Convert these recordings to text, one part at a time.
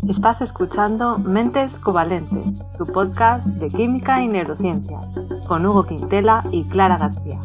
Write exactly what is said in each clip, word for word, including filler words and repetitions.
Estás escuchando Mentes Covalentes, tu podcast de química y neurociencia, con Hugo Quintela y Clara García.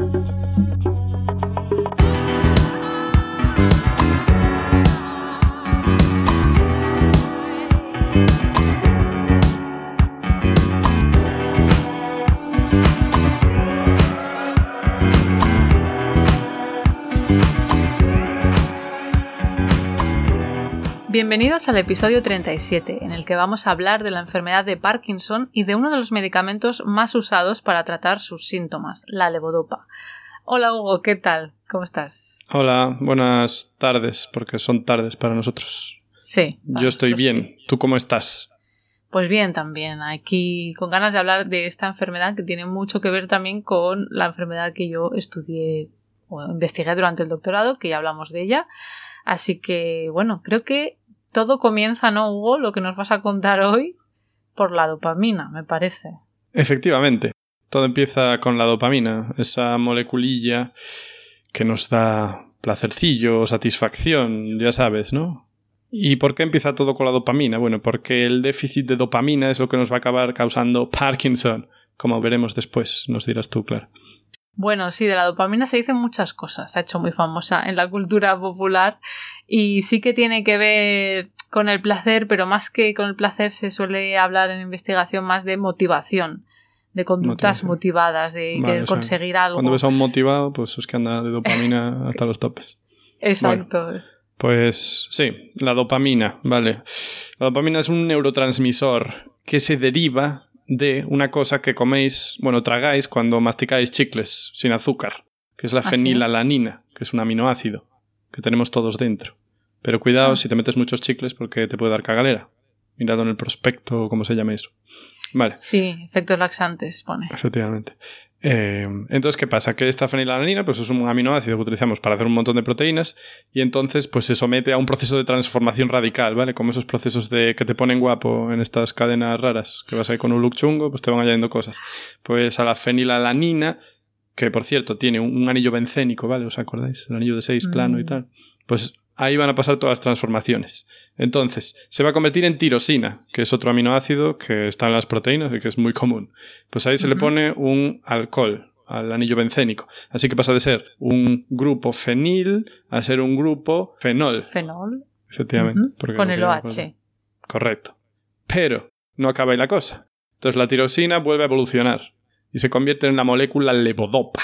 Bienvenidos al episodio treinta y siete, en el que vamos a hablar de la enfermedad de Parkinson y de uno de los medicamentos más usados para tratar sus síntomas, la levodopa. Hola Hugo, ¿qué tal? ¿Cómo estás? Hola, buenas tardes, porque son tardes para nosotros. Sí. Yo estoy bien. Sí. ¿Tú cómo estás? Pues bien también, aquí con ganas de hablar de esta enfermedad que tiene mucho que ver también con la enfermedad que yo estudié o investigué durante el doctorado, que ya hablamos de ella. Así que, bueno, creo que todo comienza, ¿no, Hugo? Lo que nos vas a contar hoy por la dopamina, me parece. Efectivamente. Todo empieza con la dopamina, esa moleculilla que nos da placercillo, satisfacción, ya sabes, ¿no? ¿Y por qué empieza todo con la dopamina? Bueno, porque el déficit de dopamina es lo que nos va a acabar causando Parkinson, como veremos después, nos dirás tú, Clara. Bueno, sí, de la dopamina se dicen muchas cosas, se ha hecho muy famosa en la cultura popular y sí que tiene que ver con el placer, pero más que con el placer se suele hablar en investigación más de motivación, de conductas motivación. motivadas, de vale, querer o sea, conseguir algo. Cuando ves a un motivado, pues es que anda de dopamina hasta los topes. Exacto. Bueno, pues sí, la dopamina, vale. La dopamina es un neurotransmisor que se deriva de una cosa que coméis, bueno, tragáis cuando masticáis chicles sin azúcar, que es la fenilalanina, que es un aminoácido que tenemos todos dentro. Pero cuidado ah. si te metes muchos chicles porque te puede dar cagalera. Mirad en el prospecto, ¿cómo se llama eso? Vale. Sí, efectos laxantes pone. Efectivamente. Eh, entonces, ¿qué pasa? Que esta fenilalanina pues es un aminoácido que utilizamos para hacer un montón de proteínas y entonces pues se somete a un proceso de transformación radical, ¿vale? Como esos procesos de que te ponen guapo en estas cadenas raras, que vas ahí con un look chungo, pues te van añadiendo cosas. Pues a la fenilalanina, que por cierto tiene un, un anillo bencénico, ¿vale? ¿Os acordáis? El anillo de seis plano mm. y tal. Pues ahí van a pasar todas las transformaciones. Entonces, se va a convertir en tirosina, que es otro aminoácido que está en las proteínas y que es muy común. Pues ahí se uh-huh. le pone un alcohol al anillo bencénico. Así que pasa de ser un grupo fenil a ser un grupo fenol. Fenol. Efectivamente. Uh-huh. Porque con el OH. Con... Correcto. Pero no acaba ahí la cosa. Entonces la tirosina vuelve a evolucionar y se convierte en la molécula levodopa,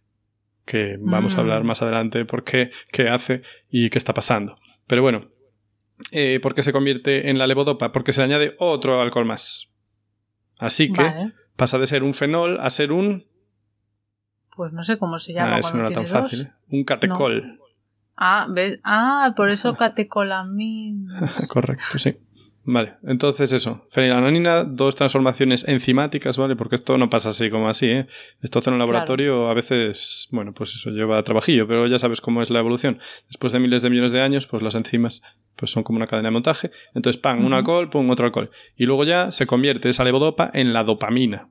que vamos mm. a hablar más adelante por qué, qué hace y qué está pasando. Pero bueno, eh, ¿por qué se convierte en la levodopa? Porque se le añade otro alcohol más. Así que vale. pasa de ser un fenol a ser un... Pues no sé cómo se llama. Ah, eso no era tan fácil, ¿eh? Un catecol. No. Ah, ¿ves? Ah, por eso catecolamina. Correcto, sí. Vale, entonces eso, fenilalanina, dos transformaciones enzimáticas, ¿vale? Porque esto no pasa así como así, ¿eh? Esto hace en un laboratorio, claro. A veces, bueno, pues eso lleva trabajillo, pero ya sabes cómo es la evolución. Después de miles de millones de años, pues las enzimas pues son como una cadena de montaje. Entonces, pam, uh-huh. un alcohol, pum, otro alcohol. Y luego ya se convierte esa levodopa en la dopamina.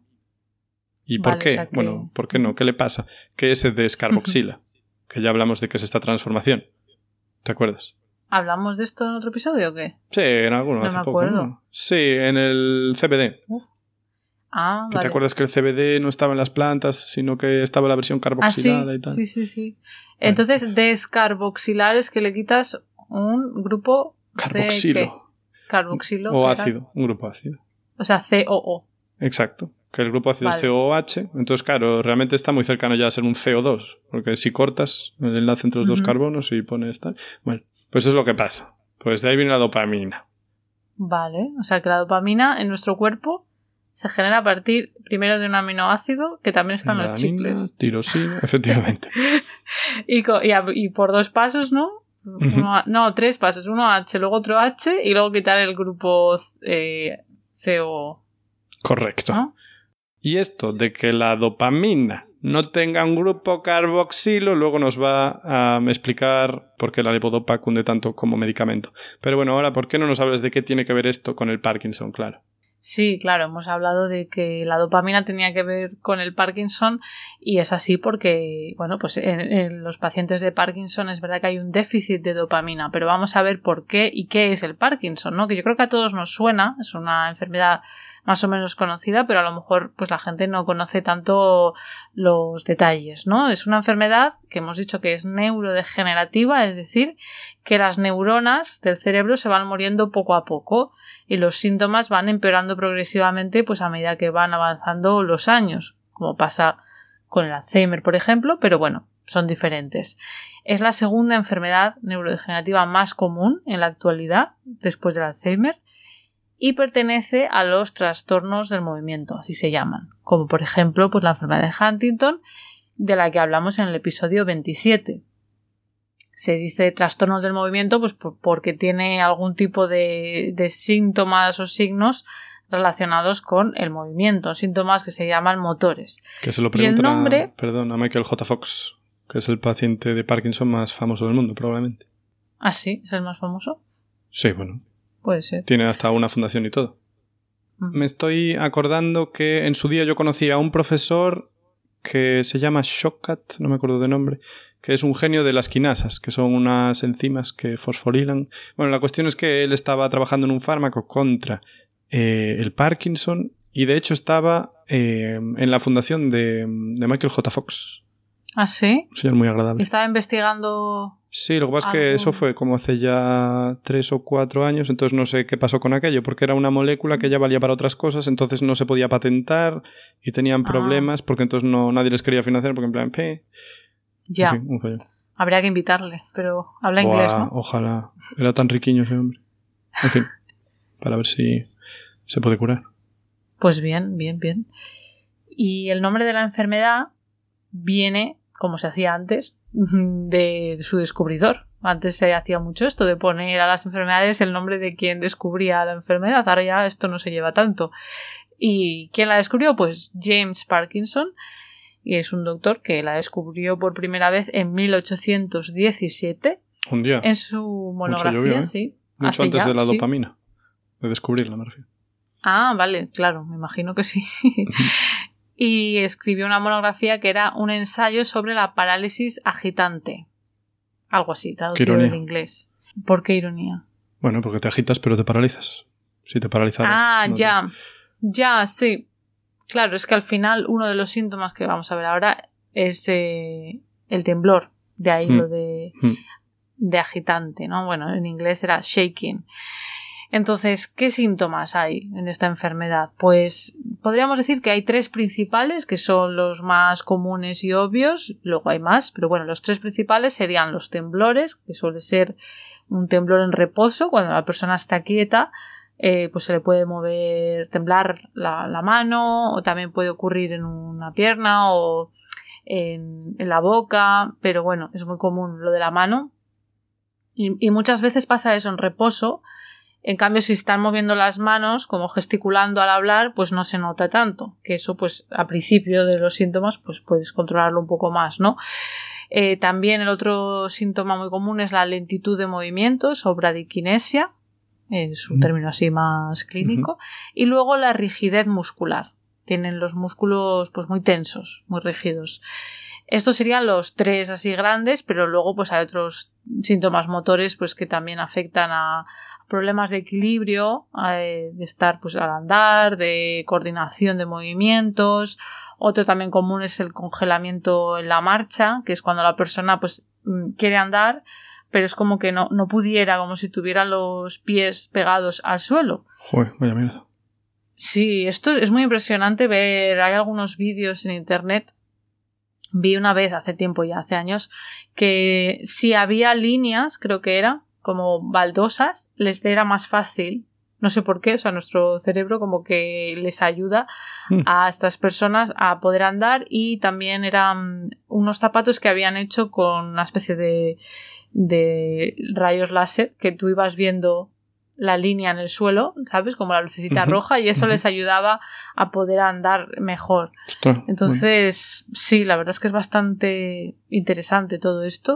¿Y por vale, qué? O sea que... Bueno, ¿por qué no? ¿Qué le pasa? Que es descarboxila, uh-huh. que ya hablamos de que es esta transformación. ¿Te acuerdas? ¿Hablamos de esto en otro episodio o qué? Sí, en alguno, no hace me poco. acuerdo. ¿No? Sí, en el C B D. Uh. Ah, ¿Te, vale. ¿Te acuerdas que el C B D no estaba en las plantas, sino que estaba la versión carboxilada ah, ¿sí? y tal? Sí, sí, sí. Vale. Entonces, descarboxilar es que le quitas un grupo... Carboxilo. C- Carboxilo. O ácido, un grupo ácido. O sea, C O O. Exacto. Que el grupo ácido vale. es C O H. Entonces, claro, realmente está muy cercano ya a ser un C O dos. Porque si cortas el enlace entre los uh-huh. dos carbonos y pones tal... Bueno, pues es lo que pasa. Pues de ahí viene la dopamina. Vale, o sea que la dopamina en nuestro cuerpo se genera a partir primero de un aminoácido que también está en los chicles. Tirosina, efectivamente. y, co- y, a- y por dos pasos, ¿no? Uno a- no, tres pasos. Uno H, luego otro H y luego quitar el grupo eh, C O. Correcto. ¿No? Y esto de que la dopamina no tenga un grupo carboxilo, luego nos va a explicar por qué la levodopa cunde tanto como medicamento. Pero bueno, ahora, ¿por qué no nos hablas de qué tiene que ver esto con el Parkinson? Claro. Sí, claro, hemos hablado de que la dopamina tenía que ver con el Parkinson y es así porque, bueno, pues en, en los pacientes de Parkinson es verdad que hay un déficit de dopamina, pero vamos a ver por qué y qué es el Parkinson, ¿no? Que yo creo que a todos nos suena, es una enfermedad más o menos conocida, pero a lo mejor pues la gente no conoce tanto los detalles, ¿no? Es una enfermedad que hemos dicho que es neurodegenerativa, es decir, que las neuronas del cerebro se van muriendo poco a poco y los síntomas van empeorando progresivamente pues a medida que van avanzando los años, como pasa con el Alzheimer, por ejemplo, pero bueno, son diferentes. Es la segunda enfermedad neurodegenerativa más común en la actualidad, después del Alzheimer, y pertenece a los trastornos del movimiento, así se llaman, como por ejemplo pues la enfermedad de Huntington, de la que hablamos en el episodio veintisiete. Se dice trastornos del movimiento pues porque tiene algún tipo de, de síntomas o signos relacionados con el movimiento, síntomas que se llaman motores. Que se lo preguntan nombre... a, perdón, a Michael J. Fox, que es el paciente de Parkinson más famoso del mundo, probablemente. ¿Ah, sí? ¿Es el más famoso? Sí, bueno. Puede ser. Tiene hasta una fundación y todo. Uh-huh. Me estoy acordando que en su día yo conocí a un profesor que se llama Shokhat, no me acuerdo de nombre, que es un genio de las quinasas, que son unas enzimas que fosforilan. Bueno, la cuestión es que él estaba trabajando en un fármaco contra eh, el Parkinson y de hecho estaba eh, en la fundación de, de Michael J. Fox. ¿Ah, sí? Un señor muy agradable. ¿Estaba investigando...? Sí, lo que pasa es que eso fue como hace ya tres o cuatro años, entonces no sé qué pasó con aquello, porque era una molécula que ya valía para otras cosas, entonces no se podía patentar y tenían problemas, ah. porque entonces no nadie les quería financiar, porque en plan, ¡pe! Ya. En fin, un fallo. Habría que invitarle, pero habla Buah, inglés, ¿no? Ojalá. Era tan riquiño ese hombre. En fin, para ver si se puede curar. Pues bien, bien, bien. Y el nombre de la enfermedad viene, como se hacía antes, de su descubridor. Antes se hacía mucho esto de poner a las enfermedades el nombre de quien descubría la enfermedad. Ahora ya esto no se lleva tanto. ¿Y quién la descubrió? Pues James Parkinson, y es un doctor que la descubrió por primera vez en mil ochocientos diecisiete. Un día. En su monografía, mucho llovió, ¿eh? Sí. Mucho antes ya, de la sí. dopamina. De descubrirla, me refiero. Ah, vale, claro, me imagino que sí. Y escribió una monografía que era un ensayo sobre la parálisis agitante. Algo así, traducido del inglés. ¿Por qué ironía? Bueno, porque te agitas pero te paralizas. Si te paralizaras... Ah, no ya. Te... Ya, sí. Claro, es que al final uno de los síntomas que vamos a ver ahora es eh, el temblor. De ahí mm. lo de, mm. de agitante, ¿no? Bueno, en inglés era shaking. Entonces, ¿qué síntomas hay en esta enfermedad? Pues podríamos decir que hay tres principales, que son los más comunes y obvios, luego hay más, pero bueno, los tres principales serían los temblores, que suele ser un temblor en reposo, cuando la persona está quieta, eh, pues se le puede mover, temblar la, la mano, o también puede ocurrir en una pierna o en, en la boca, pero bueno, es muy común lo de la mano. Y, y muchas veces pasa eso en reposo. En cambio, si están moviendo las manos, como gesticulando al hablar, pues no se nota tanto. Que eso, pues, a principio de los síntomas, pues puedes controlarlo un poco más, ¿no? Eh, también el otro síntoma muy común es la lentitud de movimientos o bradiquinesia, es un término así más clínico, uh-huh. Y luego la rigidez muscular. Tienen los músculos, pues, muy tensos, muy rígidos. Estos serían los tres así grandes, pero luego, pues, hay otros síntomas motores, pues, que también afectan a problemas de equilibrio, eh, de estar pues al andar, de coordinación de movimientos. Otro también común es el congelamiento en la marcha, que es cuando la persona pues quiere andar, pero es como que no, no pudiera, como si tuviera los pies pegados al suelo. Joder, vaya mierda. Sí, esto es muy impresionante ver, hay algunos vídeos en internet. Vi una vez hace tiempo ya, hace años, que si había líneas, creo que era, como baldosas, les era más fácil, no sé por qué, o sea, nuestro cerebro como que les ayuda mm. a estas personas a poder andar, y también eran unos zapatos que habían hecho con una especie de, de rayos láser, que tú ibas viendo la línea en el suelo, ¿sabes? Como la lucecita uh-huh. roja, y eso uh-huh. les ayudaba a poder andar mejor. Ostras, Entonces, bueno. Sí, la verdad es que es bastante interesante todo esto.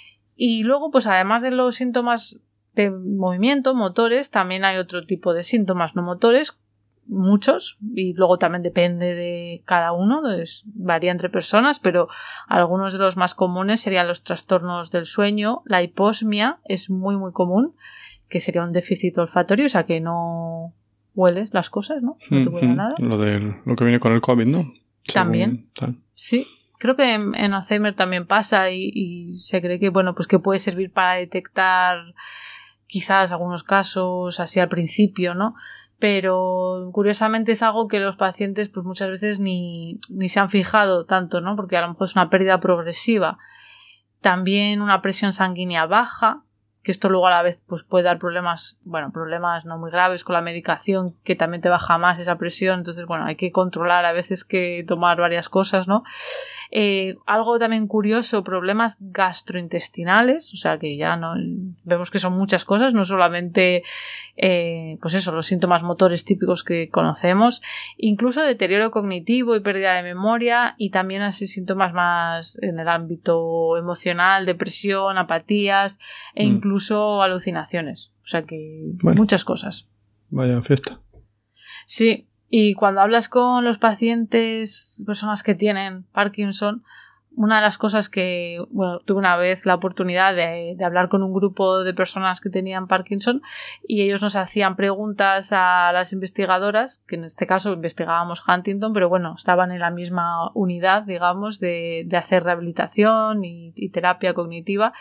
Y luego, pues además de los síntomas de movimiento, motores, también hay otro tipo de síntomas no motores, muchos, y luego también depende de cada uno, entonces varía entre personas, pero algunos de los más comunes serían los trastornos del sueño. La hiposmia es muy muy común, que sería un déficit olfatorio, o sea que no hueles las cosas, ¿no? No te huele mm-hmm. nada. Lo de lo que viene con el COVID, ¿no? También. Según, sí. Creo que en, en Alzheimer también pasa y, y se cree que, bueno, pues que puede servir para detectar quizás algunos casos así al principio, ¿no? Pero curiosamente es algo que los pacientes pues muchas veces ni, ni se han fijado tanto, ¿no? Porque a lo mejor es una pérdida progresiva. También una presión sanguínea baja, que esto luego a la vez pues puede dar problemas, bueno, problemas no muy graves con la medicación, que también te baja más esa presión. Entonces, bueno, hay que controlar a veces que tomar varias cosas, ¿no? Eh, algo también curioso, problemas gastrointestinales, o sea que ya no vemos que son muchas cosas, no solamente eh, pues eso, los síntomas motores típicos que conocemos, incluso deterioro cognitivo y pérdida de memoria, y también así síntomas más en el ámbito emocional, depresión, apatías e mm. incluso alucinaciones, o sea que bueno, muchas cosas. Vaya fiesta. Sí. Y cuando hablas con los pacientes, personas que tienen Parkinson, una de las cosas que, bueno, tuve una vez la oportunidad de, de hablar con un grupo de personas que tenían Parkinson y ellos nos hacían preguntas a las investigadoras, que en este caso investigábamos Huntington, pero bueno, estaban en la misma unidad, digamos, de, de hacer rehabilitación y, y terapia cognitiva.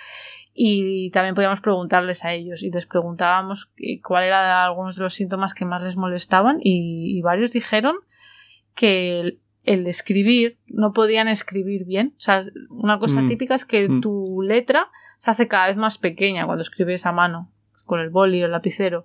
Y también podíamos preguntarles a ellos y les preguntábamos cuáles eran algunos de los síntomas que más les molestaban y, y varios dijeron que el, el escribir, no podían escribir bien. O sea, una cosa mm. típica es que mm. tu letra se hace cada vez más pequeña cuando escribes a mano, con el boli o el lapicero,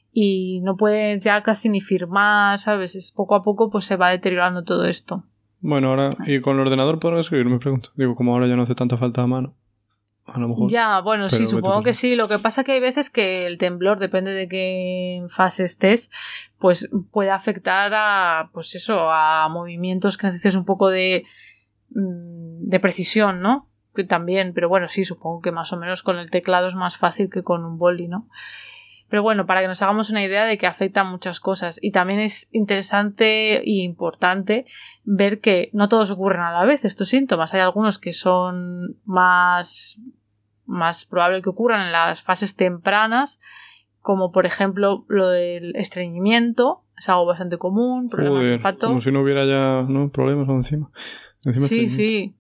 y no puedes ya casi ni firmar, ¿sabes? Es poco a poco pues se va deteriorando todo esto. Bueno, ahora, ¿y con el ordenador podrán escribir? Me pregunto. Digo, como ahora ya no hace tanta falta a mano. A lo mejor. Ya, bueno, sí, supongo que sí. Lo que pasa que hay veces que el temblor, depende de qué fase estés, pues puede afectar a, pues eso, a movimientos que necesites un poco de, de precisión, ¿no? Que también, pero bueno, sí, supongo que más o menos con el teclado es más fácil que con un boli, ¿no? Pero bueno, para que nos hagamos una idea de que afectan muchas cosas. Y también es interesante e importante ver que no todos ocurren a la vez estos síntomas. Hay algunos que son más, más probable que ocurran en las fases tempranas, como por ejemplo lo del estreñimiento, es algo bastante común, problemas Joder, de olfato. Como si no hubiera ya, ¿no?, problemas encima. encima sí, sí.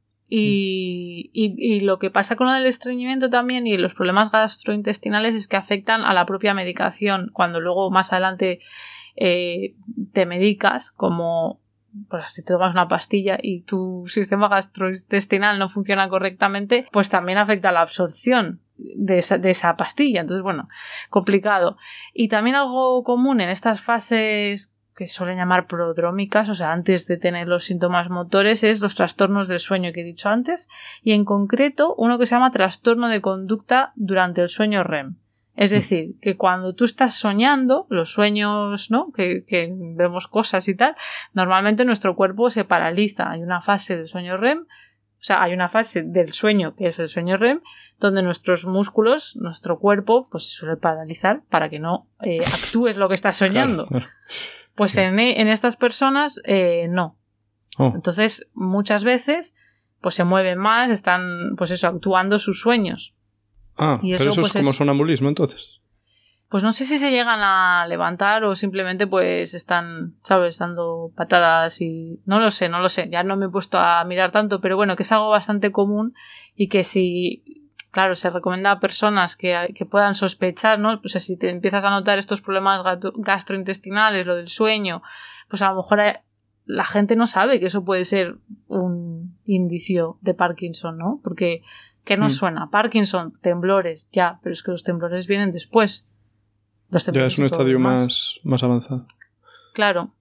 Y, y, y lo que pasa con lo del estreñimiento también y los problemas gastrointestinales es que afectan a la propia medicación. Cuando luego más adelante eh, te medicas, como pues si te tomas una pastilla y tu sistema gastrointestinal no funciona correctamente, pues también afecta a la absorción de esa, de esa pastilla. Entonces, bueno, complicado. Y también algo común en estas fases que se suelen llamar prodrómicas, o sea, antes de tener los síntomas motores, es los trastornos del sueño que he dicho antes, y en concreto uno que se llama trastorno de conducta durante el sueño R E M. Es decir, que cuando tú estás soñando, los sueños, ¿no?, que, que vemos cosas y tal, normalmente nuestro cuerpo se paraliza. Hay una fase del sueño R E M, o sea, hay una fase del sueño que es el sueño R E M, donde nuestros músculos, nuestro cuerpo, pues se suele paralizar para que no eh, actúes lo que estás soñando. Claro. Pues en, en estas personas eh, no. Oh. Entonces, muchas veces pues se mueven más, están pues eso, actuando sus sueños. Ah, y eso, pero eso pues, es como es... sonambulismo, entonces. Pues no sé si se llegan a levantar o simplemente pues están, ¿sabes?, dando patadas y... No lo sé, no lo sé. Ya no me he puesto a mirar tanto, pero bueno, que es algo bastante común y que si... Claro, se recomienda a personas que, que puedan sospechar, ¿no? Pues si te empiezas a notar estos problemas gastrointestinales, lo del sueño, pues a lo mejor hay, la gente no sabe que eso puede ser un indicio de Parkinson, ¿no? Porque, ¿qué nos mm. suena? Parkinson, temblores, ya, pero es que los temblores vienen después. Los ya es un estadio más, más avanzado. Claro.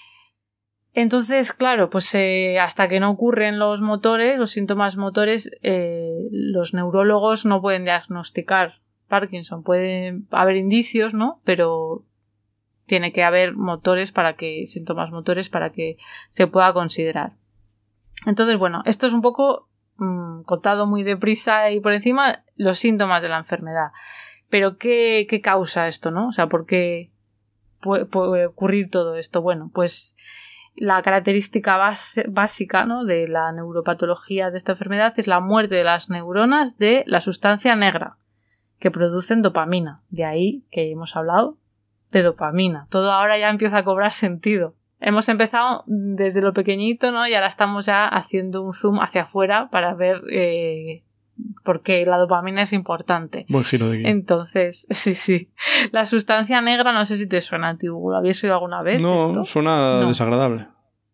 Entonces, claro, pues eh, hasta que no ocurren los motores, los síntomas motores, eh, los neurólogos no pueden diagnosticar Parkinson. Puede haber indicios, ¿no? Pero tiene que haber motores para que, síntomas motores para que se pueda considerar. Entonces, bueno, esto es un poco mmm, contado muy deprisa y por encima los síntomas de la enfermedad. Pero ¿qué, qué causa esto, no? O sea, ¿por qué, puede, puede ocurrir todo esto? Bueno, pues la característica base, básica, ¿no?, de la neuropatología de esta enfermedad es la muerte de las neuronas de la sustancia negra que producen dopamina. De ahí que hemos hablado de dopamina. Todo ahora ya empieza a cobrar sentido. Hemos empezado desde lo pequeñito, ¿no?, y ahora estamos ya haciendo un zoom hacia afuera para ver eh, por qué la dopamina es importante. Buen giro de guión. Entonces, sí, sí. La sustancia negra, no sé si te suena a ti, ¿lo habías oído alguna vez? No, esto? suena no. desagradable.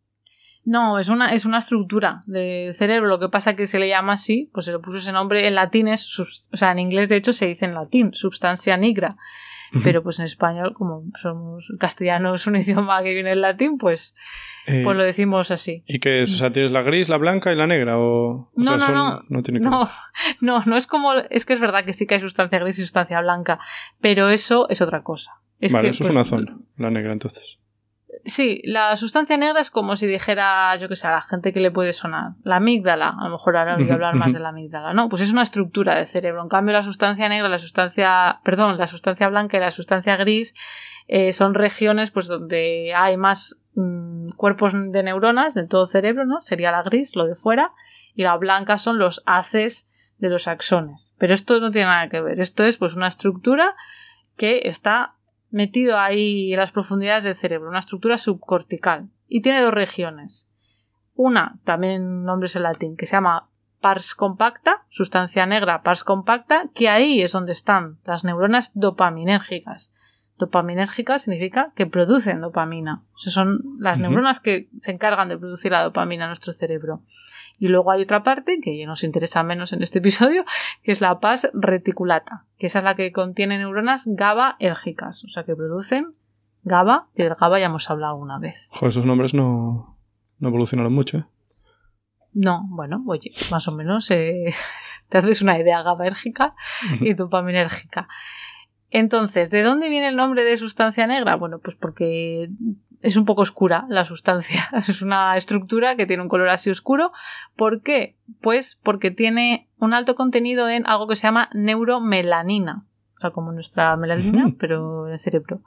No, es una, es una estructura del cerebro. Lo que pasa es que se le llama así, pues se le puso ese nombre. En latín es, o sea, en inglés de hecho se dice en latín, substancia nigra. Uh-huh. Pero pues en español, como somos castellano, es un idioma que viene en latín, pues, eh, pues lo decimos así. ¿Y qué es? O sea, ¿tienes la gris, la blanca y la negra? O, o no, sea, no, son, no, no, tiene que no, ver. no, no es como, es que es verdad que sí que hay sustancia gris y sustancia blanca, pero eso es otra cosa. Es vale, que, eso pues, es una zona, la negra entonces. Sí, la sustancia negra es como si dijera, yo que sé, a la gente que le puede sonar. La amígdala, a lo mejor ahora voy a hablar más de la amígdala, ¿no? Pues es una estructura del cerebro. En cambio, la sustancia negra, la sustancia, perdón, la sustancia blanca y la sustancia gris eh, son regiones pues donde hay más mmm, cuerpos de neuronas en todo el cerebro, ¿no? Sería la gris, lo de fuera, y la blanca son los haces de los axones. Pero esto no tiene nada que ver. Esto es pues una estructura que está metido ahí en las profundidades del cerebro, una estructura subcortical, y tiene dos regiones. Una, también nombres en latín, que se llama pars compacta, sustancia negra pars compacta, que ahí es donde están las neuronas dopaminérgicas. Dopaminérgicas significa que producen dopamina. O sea, son las uh-huh. neuronas que se encargan de producir la dopamina en nuestro cerebro. Y luego hay otra parte, que nos interesa menos en este episodio, que es la pars reticulata, que esa es la que contiene neuronas GABAérgicas, o sea, que producen GABA, y del GABA ya hemos hablado alguna vez. Joder, esos nombres no, no evolucionaron mucho, ¿eh? No, bueno, oye, más o menos eh, te haces una idea, GABAérgica uh-huh. y dopaminérgica. Entonces, ¿de dónde viene el nombre de sustancia negra? Bueno, pues porque es un poco oscura la sustancia. Es una estructura que tiene un color así oscuro. ¿Por qué? Pues porque tiene un alto contenido en algo que se llama neuromelanina. O sea, como nuestra melanina, uh-huh. pero en el cerebro.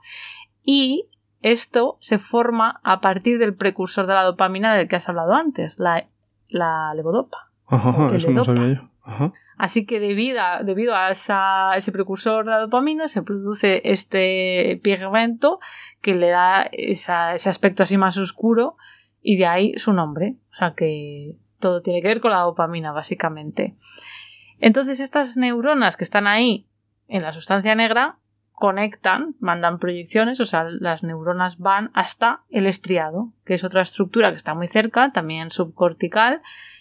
Y esto se forma a partir del precursor de la dopamina del que has hablado antes, la, la levodopa. Ajá, eso no sabía yo. Ajá. Así que debido a, debido a esa, ese precursor de la dopamina se produce este pigmento que le da esa, ese aspecto así más oscuro y de ahí su nombre. O sea que todo tiene que ver con la dopamina básicamente. Entonces estas neuronas que están ahí en la sustancia negra conectan, mandan proyecciones, o sea las neuronas van hasta el estriado, que es otra estructura que está muy cerca, también subcortical.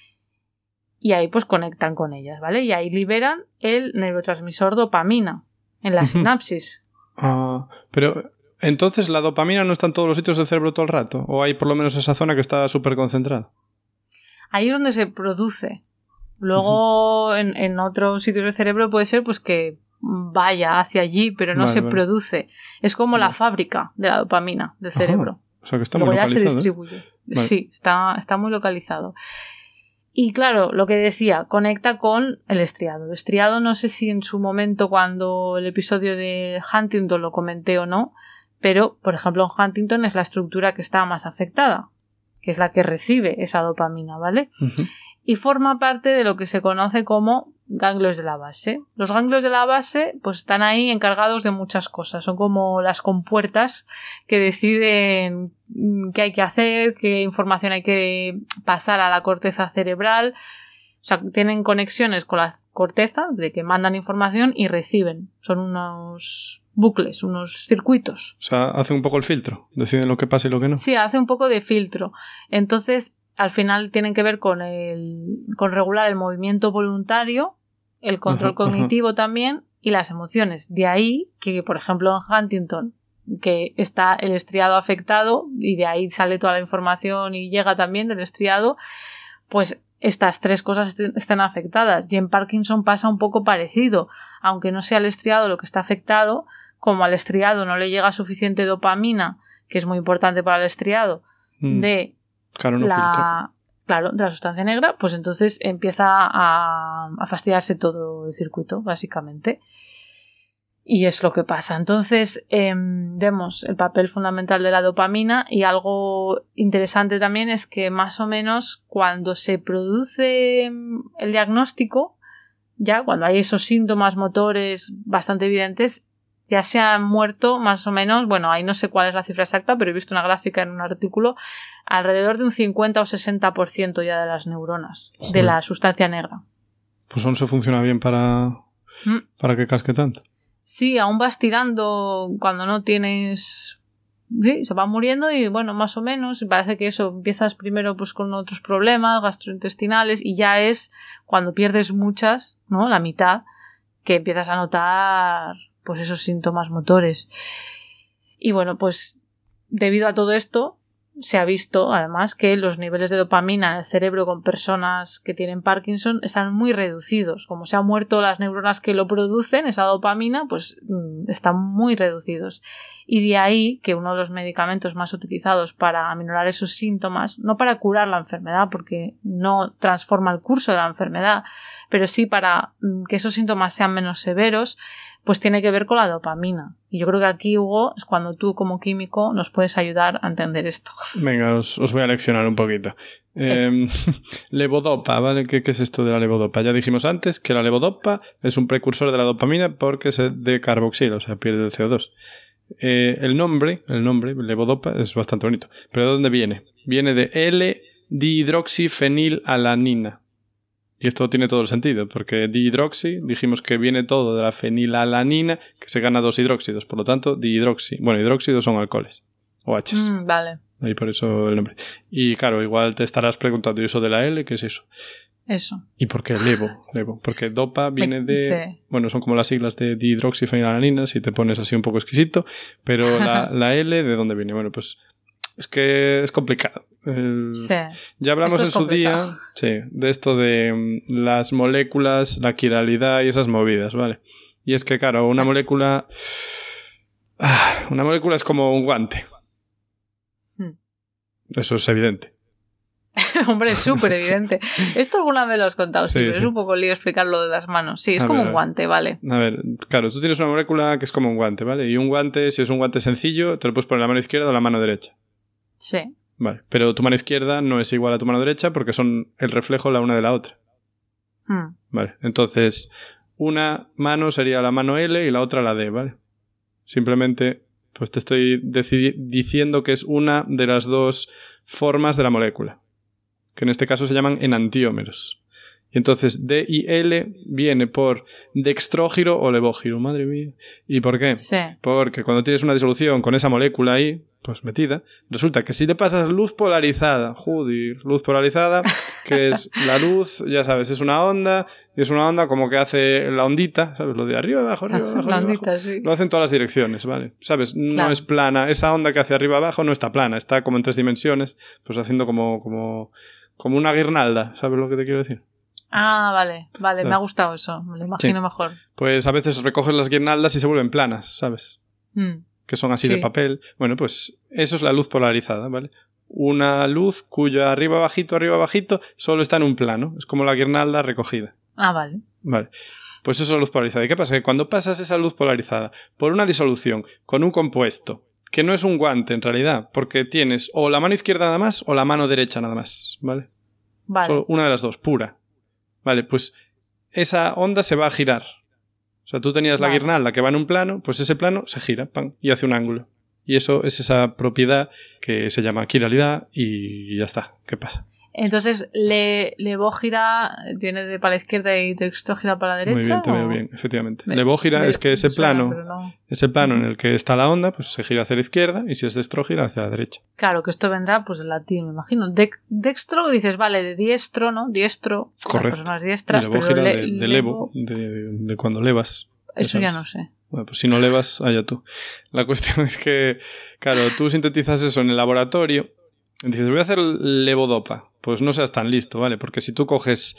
Y ahí pues conectan con ellas, ¿vale? Y ahí liberan el neurotransmisor dopamina en la uh-huh. sinapsis. Ah, pero entonces la dopamina no está en todos los sitios del cerebro todo el rato, o hay por lo menos esa zona que está súper concentrada. Ahí es donde se produce. Luego uh-huh. en, en otros sitios del cerebro puede ser pues que vaya hacia allí, pero no vale, se vale. produce. Es como vale. la fábrica de la dopamina del cerebro. Ajá. O sea que está Luego muy ya localizado. se distribuye. ¿eh? Vale. Sí, está, está muy localizado. Y claro, lo que decía, conecta con el estriado. El estriado, no sé si en su momento cuando el episodio de Huntington lo comenté o no, pero, por ejemplo, en Huntington es la estructura que está más afectada, que es la que recibe esa dopamina, ¿vale? Uh-huh. Y forma parte de lo que se conoce como ganglios de la base. Los ganglios de la base pues están ahí encargados de muchas cosas. Son como las compuertas que deciden qué hay que hacer, qué información hay que pasar a la corteza cerebral. O sea, tienen conexiones con la corteza de que mandan información y reciben. Son unos bucles, unos circuitos. O sea, hace un poco el filtro. Deciden lo que pasa y lo que no. Sí, hace un poco de filtro. Entonces, al final tienen que ver con el con regular el movimiento voluntario, el control ajá, cognitivo ajá. también y las emociones. De ahí que, por ejemplo, en Huntington, que está el estriado afectado y de ahí sale toda la información y llega también del estriado, pues estas tres cosas estén afectadas. Y en Parkinson pasa un poco parecido. Aunque no sea el estriado lo que está afectado, como al estriado no le llega suficiente dopamina, que es muy importante para el estriado, mm. de Claro, no la, claro, de la sustancia negra, pues entonces empieza a, a fastidiarse todo el circuito, básicamente. Y es lo que pasa. Entonces, eh, vemos el papel fundamental de la dopamina, y algo interesante también es que más o menos cuando se produce el diagnóstico, ya cuando hay esos síntomas motores bastante evidentes, ya se han muerto más o menos, bueno, ahí no sé cuál es la cifra exacta, pero he visto una gráfica en un artículo, alrededor de un cincuenta o sesenta por ciento ya de las neuronas, Joder. de la sustancia negra. Pues aún se funciona bien para, ¿Mm? para que casque tanto. Sí, aún vas tirando cuando no tienes... Sí, se va muriendo y bueno, más o menos, y parece que eso, empiezas primero pues con otros problemas gastrointestinales y ya es cuando pierdes muchas, ¿no? La mitad, que empiezas a notar pues esos síntomas motores. Y bueno, pues debido a todo esto se ha visto además que los niveles de dopamina en el cerebro con personas que tienen Parkinson están muy reducidos. Como se han muerto las neuronas que lo producen, esa dopamina, pues mmm, están muy reducidos. Y de ahí que uno de los medicamentos más utilizados para aminorar esos síntomas, no para curar la enfermedad, porque no transforma el curso de la enfermedad, pero sí para mmm, que esos síntomas sean menos severos, pues tiene que ver con la dopamina. Y yo creo que aquí, Hugo, es cuando tú como químico nos puedes ayudar a entender esto. Venga, os, os voy a leccionar un poquito. Eh, levodopa, ¿vale? ¿Qué, ¿Qué es esto de la levodopa? Ya dijimos antes que la levodopa es un precursor de la dopamina porque se decarboxila, o sea, pierde el C O dos. Eh, el nombre, el nombre, levodopa, es bastante bonito. ¿Pero de dónde viene? Viene de L-dihidroxifenilalanina. Y esto tiene todo el sentido, porque dihidroxi, dijimos que viene todo de la fenilalanina, que se gana dos hidróxidos, por lo tanto, dihidroxi. Bueno, hidróxidos son alcoholes, o H's. Mm, vale. Ahí por eso el nombre. Y claro, igual te estarás preguntando, ¿y eso de la L? ¿Qué es eso? Eso. ¿Y por qué levo? Levo. Porque dopa viene de... Sí. Bueno, son como las siglas de dihidroxifenilalanina, si te pones así un poco exquisito, pero la, la L, ¿de dónde viene? Bueno, pues... Es que es complicado. El... Sí. Ya hablamos esto en su complicado. día sí, de esto de um, las moléculas, la quiralidad y esas movidas, ¿vale? Y es que, claro, una sí. molécula... Ah, una molécula es como un guante. Hmm. Eso es evidente. Hombre, es súper evidente. Esto alguna vez lo has contado, sí, sí pero sí. es un poco lío explicarlo de las manos. Sí, es a como ver, un guante, ¿vale? A ver, claro, tú tienes una molécula que es como un guante, ¿vale? Y un guante, si es un guante sencillo, te lo puedes poner en la mano izquierda o en la mano derecha. Sí. Vale, pero tu mano izquierda no es igual a tu mano derecha porque son el reflejo la una de la otra. Hmm. Vale, entonces una mano sería la mano L y la otra la D, ¿vale? Simplemente pues te estoy decidi- diciendo que es una de las dos formas de la molécula, que en este caso se llaman enantiómeros. Y entonces D y L viene por dextrógiro o levógiro, madre mía. ¿Y por qué? Sí. Porque cuando tienes una disolución con esa molécula ahí, pues metida, resulta que si le pasas luz polarizada, joder, luz polarizada, que es la luz, ya sabes, es una onda, y es una onda como que hace la ondita, ¿sabes? Lo de arriba, abajo, arriba, abajo, la arriba, ondita, abajo. Sí. Lo hacen todas las direcciones, ¿vale? ¿Sabes? No claro. es plana, esa onda que hace arriba, abajo no está plana, está como en tres dimensiones, pues haciendo como, como, como una guirnalda, ¿sabes lo que te quiero decir? Ah, vale, vale, claro. Me ha gustado eso, me lo imagino sí. mejor. Pues a veces recoges las guirnaldas y se vuelven planas, ¿sabes? Mm. Que son así sí. de papel. Bueno, pues eso es la luz polarizada, ¿vale? Una luz cuya arriba abajito, arriba abajito, solo está en un plano. Es como la guirnalda recogida. Ah, vale. Vale. Pues eso es la luz polarizada. ¿Y qué pasa? Que cuando pasas esa luz polarizada por una disolución con un compuesto, que no es un guante en realidad, porque tienes o la mano izquierda nada más o la mano derecha nada más, ¿vale? Vale. Solo una de las dos, pura. Vale, pues esa onda se va a girar. O sea, tú tenías vale. la guirnalda que va en un plano, pues ese plano se gira, ¡pam! Y hace un ángulo. Y eso es esa propiedad que se llama quiralidad y ya está. ¿Qué pasa? Entonces, le, levógira tiene de para la izquierda y dextrógira para la derecha. Muy bien, te ¿o? veo bien, efectivamente. Me, levógira me, es que ese plano, suena, no. ese plano en el que está la onda, pues se gira hacia la izquierda y si es dextrógira hacia la derecha. Claro, que esto vendrá pues del latín, me imagino. De, dextro, dices, vale, de diestro, ¿no? Diestro, correcto. Las personas diestras, y levógira pero le, de, de levo, de, de, de cuando levas. Eso ya no sé. Bueno, pues si no levas, allá tú. La cuestión es que, claro, tú sintetizas eso en el laboratorio y dices, voy a hacer levodopa. Pues no seas tan listo, ¿vale? Porque si tú coges,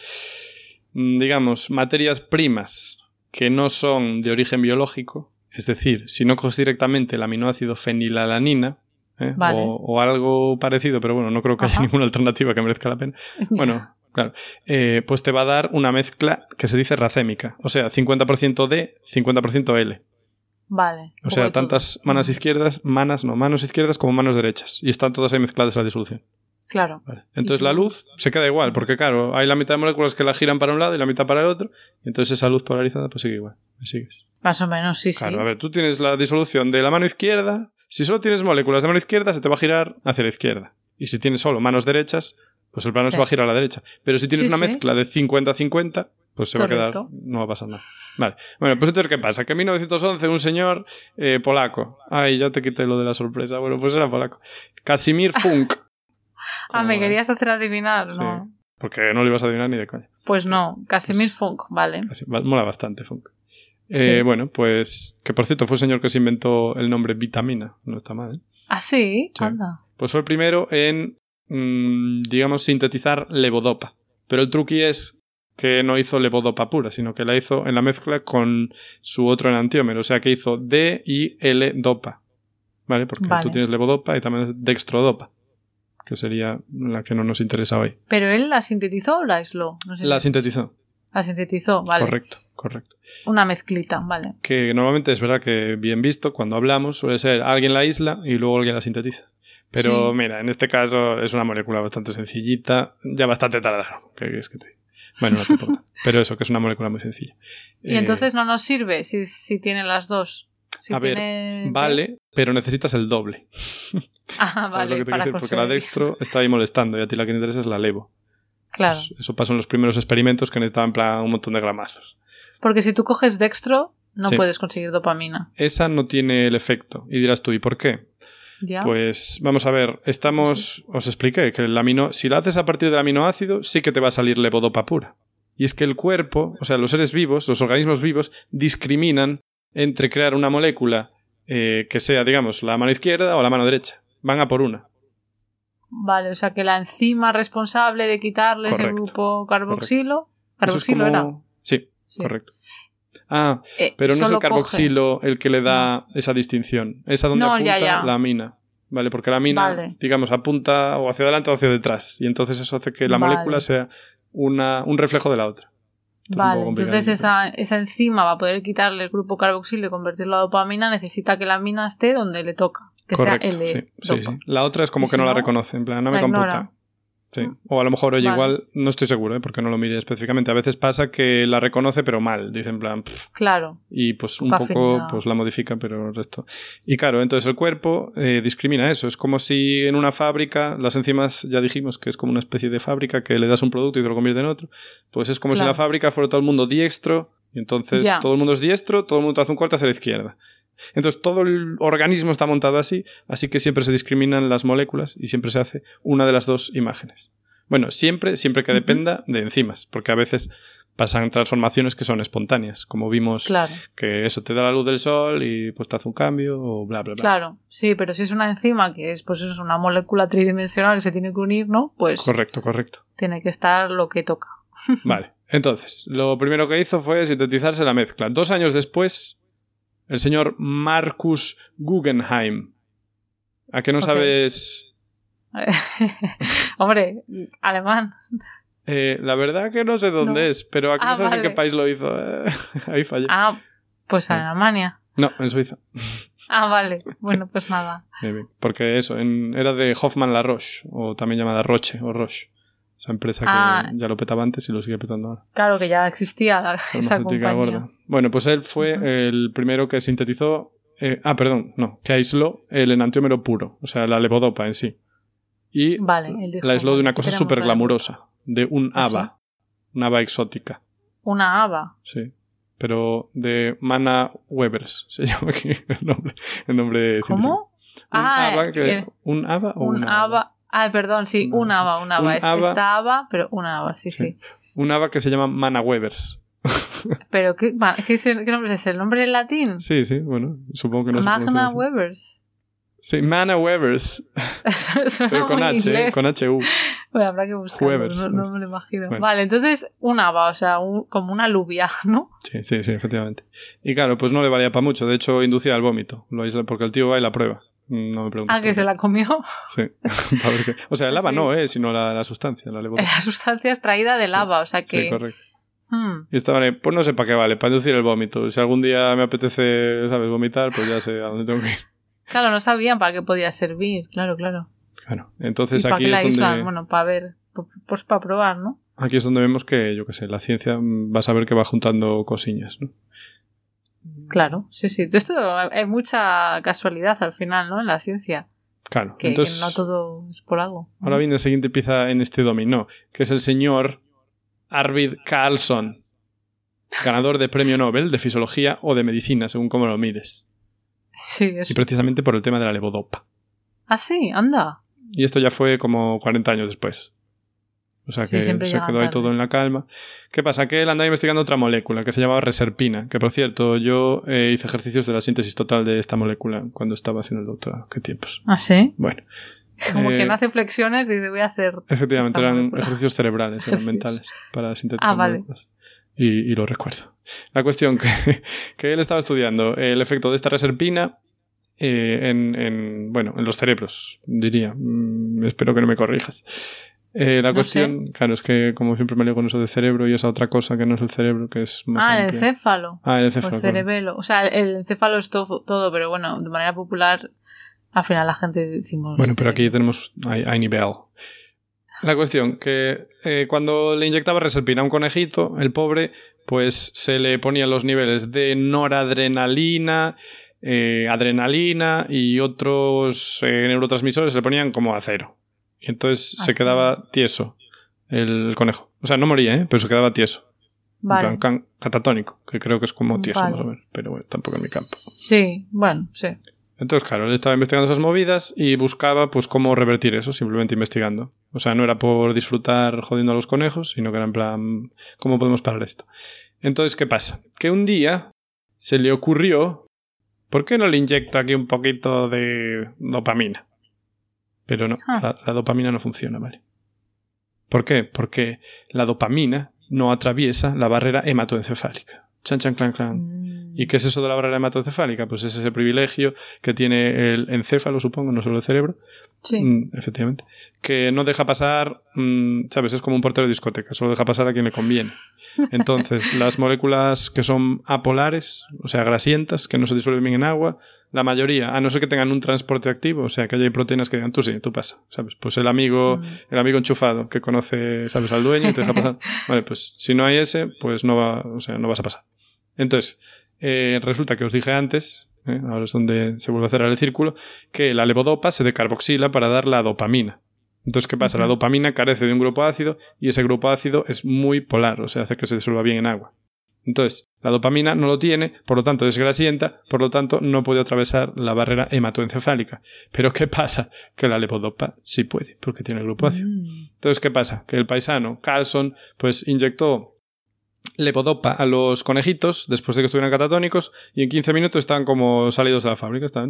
digamos, materias primas que no son de origen biológico, es decir, si no coges directamente el aminoácido fenilalanina, ¿eh? Vale. o, o algo parecido, pero bueno, no creo que haya Ajá. ninguna alternativa que merezca la pena. Bueno, claro, eh, pues te va a dar una mezcla que se dice racémica, o sea, cincuenta por ciento D, cincuenta por ciento L. Vale. O sea, tantas manos izquierdas, manas, no, manos izquierdas como manos derechas. Y están todas ahí mezcladas en la disolución. Claro. Vale. Entonces la luz se queda igual, porque claro, hay la mitad de moléculas que la giran para un lado y la mitad para el otro, y entonces esa luz polarizada pues sigue igual. ¿Me sigues? Más o menos, sí, claro, sí. A ver, tú tienes la disolución de la mano izquierda. Si solo tienes moléculas de mano izquierda, se te va a girar hacia la izquierda. Y si tienes solo manos derechas, pues el plano sí. se va a girar a la derecha. Pero si tienes sí, una sí. mezcla de cincuenta a cincuenta, pues se Correcto. va a quedar... No va a pasar nada. Vale. Bueno, pues entonces, ¿qué pasa? Que en mil novecientos once un señor eh, polaco... Ay, ya te quité lo de la sorpresa. Bueno, pues era polaco. Casimir Funk. Ah, me querías hacer adivinar, sí, ¿no? Porque no lo ibas a adivinar ni de coña. Pues no, Casimir pues, Funk, vale. Casi, mola bastante Funk. Eh, sí. Bueno, pues... Que por cierto, fue el señor que se inventó el nombre vitamina. No está mal, ¿eh? ¿Ah, sí? sí. Anda. Pues fue el primero en, mmm, digamos, sintetizar levodopa. Pero el truqui es que no hizo levodopa pura, sino que la hizo en la mezcla con su otro enantiómero. O sea, que hizo D y L-dopa. ¿Vale? Porque vale. tú tienes levodopa y también dextrodopa, que sería la que no nos interesa hoy. ¿Pero él la sintetizó o la aisló? No sé la si... sintetizó. La sintetizó, vale. Correcto, correcto. Una mezclita, vale. Que normalmente es verdad que, bien visto, cuando hablamos suele ser alguien la aísla y luego alguien la sintetiza. Pero sí. mira, en este caso es una molécula bastante sencillita, ya bastante tardada. ¿Qué quieres que te diga? Bueno, no te importa. Pero eso, que es una molécula muy sencilla. ¿Y eh... entonces no nos sirve si, si tiene las dos? Si a tiene... ver, vale, pero necesitas el doble. Ah, vale, lo que te para decir? Porque la dextro está ahí molestando y a ti la que te interesa es la levo. Claro. Pues eso pasó en los primeros experimentos que necesitaban en plan un montón de gramazos. Porque si tú coges dextro, no sí. puedes conseguir dopamina. Esa no tiene el efecto. Y dirás tú, ¿y por qué? ¿Ya? Pues vamos a ver, estamos... Sí. Os expliqué que el amino, si la haces a partir del aminoácido, sí que te va a salir levodopa pura. Y es que el cuerpo, o sea, los seres vivos, los organismos vivos, discriminan entre crear una molécula eh, que sea, digamos, la mano izquierda o la mano derecha. Van a por una. Vale, o sea que la enzima responsable de quitarles correcto, el grupo carboxilo... Correcto. ¿Carboxilo es como... era? Sí, sí, correcto. Ah, eh, pero no es el carboxilo coge... el que le da no. esa distinción. Es a donde no, apunta ya, ya. la amina. Vale, porque la amina, vale. digamos, apunta o hacia adelante o hacia detrás. Y entonces eso hace que la vale. molécula sea una, un reflejo de la otra. Esto vale, entonces esa, esa enzima va a poder quitarle el grupo carboxilo y convertirlo a dopamina, necesita que la amina esté donde le toca. Que correcto, sea L sí, sí, sí. La otra es como y que si no la reconoce, en plan, no me computa. Sí. O a lo mejor, oye, vale. igual, no estoy seguro, ¿eh? Porque no lo miré específicamente. A veces pasa que la reconoce, pero mal. Dice en plan, pff. Claro. Y pues un poco afinidad. Pues la modifica, pero el resto. Y claro, entonces el cuerpo eh, discrimina eso. Es como si en una fábrica, las enzimas, ya dijimos que es como una especie de fábrica que le das un producto y te lo convierte en otro. Pues es como claro. si en la fábrica fuera todo el mundo diestro. Y entonces ya. todo el mundo es diestro, todo el mundo hace un corte hacia la izquierda. Entonces todo el organismo está montado así, así que siempre se discriminan las moléculas y siempre se hace una de las dos imágenes. Bueno, siempre, siempre que dependa de enzimas, porque a veces pasan transformaciones que son espontáneas, como vimos claro. que eso te da la luz del sol y pues te hace un cambio o bla, bla, bla. Claro, sí, pero si es una enzima que es, pues eso es una molécula tridimensional que se tiene que unir, ¿no? Pues correcto, correcto. Tiene que estar lo que toca. Vale, entonces, lo primero que hizo fue sintetizarse la mezcla. Dos años después, el señor Marcus Guggenheim. ¿A qué no okay. sabes...? Hombre, alemán. Eh, la verdad que no sé dónde no. es, pero aquí ah, no sabes vale. en qué país lo hizo. Eh, ahí fallé. Ah, pues en Alemania. No, en Suiza. Ah, vale. Bueno, pues nada. Bien, bien. Porque eso, en, era de Hoffmann-La Roche, o también llamada Roche o Roche. Esa empresa ah, que ya lo petaba antes y lo sigue petando ahora. Claro, que ya existía la, esa compañía. Gorda. Bueno, pues él fue uh-huh. el primero que sintetizó... Eh, ah, perdón, no. Que aisló el enantiómero puro, o sea, la levodopa en sí. Y vale, dijo, la aisló de una cosa súper glamurosa, de un ¿Ah, haba, sí? una haba exótica. ¿Una haba? Sí, pero de Mana Webers se llama aquí el nombre, el nombre ¿Cómo? científico. Un ah, haba, que, eh, ¿un haba o un una haba? Ah, perdón, sí, una, un haba, un haba. un es haba, esta haba, pero un haba, sí, sí. sí. Un haba que se llama Mana Webers. ¿Pero qué, qué, qué nombre es? ¿El nombre en latín? Sí, sí, bueno, supongo que no Magna se pronuncia así. Webers. Sí, Mana Webers. Pero con H, inglés. Con H U. Bueno, habrá que buscarlo, no, no me lo imagino. Bueno. Vale, entonces un haba, o sea, un, como una alubia, ¿no? Sí, sí, sí, efectivamente. Y claro, pues no le valía para mucho, de hecho inducía al vómito, lo aisla porque el tío va y la prueba. No me preguntes. Ah, que se la comió. Sí. O sea, el haba sí. no, ¿eh? Sino la, la sustancia, la levodopa. La sustancia extraída del haba, sí. o sea que... Sí, correcto. Hmm. Y esta vale, pues no sé para qué vale, para inducir el vómito. Si algún día me apetece, ¿sabes?, vomitar, pues ya sé a dónde tengo que ir. Claro, no sabían para qué podía servir, claro, claro. Claro, entonces ¿Y aquí para es qué la donde... aíslan? Bueno, para ver, pues para probar, ¿no? Aquí es donde vemos que, yo qué sé, la ciencia va a saber que va juntando cosillas, ¿no? Claro, sí, sí. Esto hay mucha casualidad al final, ¿no? En la ciencia. Claro. Que, entonces, que no todo es por algo. Ahora viene la siguiente pieza en este dominó, que es el señor Arvid Carlsson, ganador de premio Nobel de Fisiología o de Medicina, según cómo lo mires. Sí, eso. Y precisamente por el tema de la levodopa. Ah, sí, anda. Y esto ya fue como cuarenta años después. O sea Sí, que siempre se llegan quedó ahí tarde. todo en la calma. ¿Qué pasa? Que él andaba investigando otra molécula que se llamaba reserpina. Que, por cierto, yo eh, hice ejercicios de la síntesis total de esta molécula cuando estaba haciendo el doctorado. ¿Qué tiempos? Ah, sí. Bueno. Como eh, quien hace flexiones dice voy a hacer. Efectivamente, esta eran molécula. ejercicios cerebrales, eran mentales, para sintetizar Ah, vale. moléculas. Y, y lo recuerdo. La cuestión que, que él estaba estudiando el efecto de esta reserpina eh, en, en, bueno, en los cerebros, diría. Mm, espero que no me corrijas. Eh, la No cuestión, sé. claro, es que como siempre me leo con eso de cerebro y esa otra cosa que no es el cerebro, que es más Ah, el amplia. encéfalo. Ah, el O encéfalo. el claro. cerebelo. O sea, el encéfalo es todo, todo, pero bueno, de manera popular, al final la gente decimos. Bueno, pero aquí cerebro. tenemos hay, hay nivel. La cuestión, que eh, cuando le inyectaba reserpina a un conejito, el pobre, pues se le ponían los niveles de noradrenalina, eh, adrenalina y otros eh, neurotransmisores se le ponían como a cero. Y entonces A se cero. quedaba tieso el conejo. O sea, no moría, ¿eh? Pero se quedaba tieso. Vale. En plan, can- catatónico, que creo que es como tieso Vale. más o menos. Pero bueno, tampoco en mi campo. Sí, bueno, sí. Entonces, claro, él estaba investigando esas movidas y buscaba, pues, cómo revertir eso, simplemente investigando. O sea, no era por disfrutar jodiendo a los conejos, sino que era en plan, ¿cómo podemos parar esto? Entonces, ¿qué pasa? Que un día se le ocurrió, ¿por qué no le inyecto aquí un poquito de dopamina? Pero no, Ah. la, la dopamina no funciona, ¿vale? ¿Por qué? Porque la dopamina no atraviesa la barrera hematoencefálica. Chan, chan, clan, clan. Mm. ¿Y qué es eso de la barrera hematoencefálica? Pues es ese privilegio que tiene el encéfalo, supongo, no solo el cerebro. Sí. Mm, efectivamente. Que no deja pasar, mm, ¿sabes? Es como un portero de discoteca, solo deja pasar a quien le conviene. Entonces, las moléculas que son apolares, o sea, grasientas, que no se disuelven bien en agua, la mayoría, a no ser que tengan un transporte activo, o sea, que haya proteínas que digan, tú sí, tú pasa, ¿sabes? Pues el amigo, Mm. el amigo enchufado que conoce, ¿sabes?, al dueño y te deja pasar. Vale, pues si no hay ese, pues no va, o sea, no vas a pasar. Entonces, eh, resulta que os dije antes, ¿eh? Ahora es donde se vuelve a cerrar el círculo, que la levodopa se decarboxila para dar la dopamina. Entonces, ¿qué pasa? Ujú. La dopamina carece de un grupo ácido y ese grupo ácido es muy polar, o sea, hace que se disuelva bien en agua. Entonces, la dopamina no lo tiene, por lo tanto es grasienta, por lo tanto no puede atravesar la barrera hematoencefálica. Pero ¿qué pasa? Que la levodopa sí puede, porque tiene el grupo ácido. Mm. Entonces, ¿qué pasa? Que el paisano, Carlsson, pues inyectó levodopa a los conejitos después de que estuvieran catatónicos y en quince minutos estaban como salidos de la fábrica. Estaban...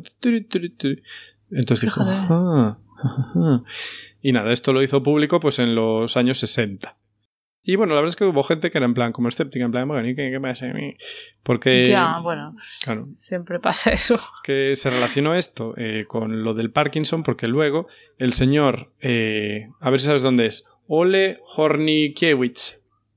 Entonces dijo... Fíjate. Ah, ah. Y nada, esto lo hizo público pues en los años sesenta. Y bueno, la verdad es que hubo gente que era en plan como escéptica, en plan, bueno, ¿y qué, qué pasa a mí? Porque... Ya, bueno, Claro. siempre pasa eso. Que se relacionó esto eh, con lo del Parkinson, porque luego el señor, eh, a ver si sabes dónde es, Ole Hornykiewicz.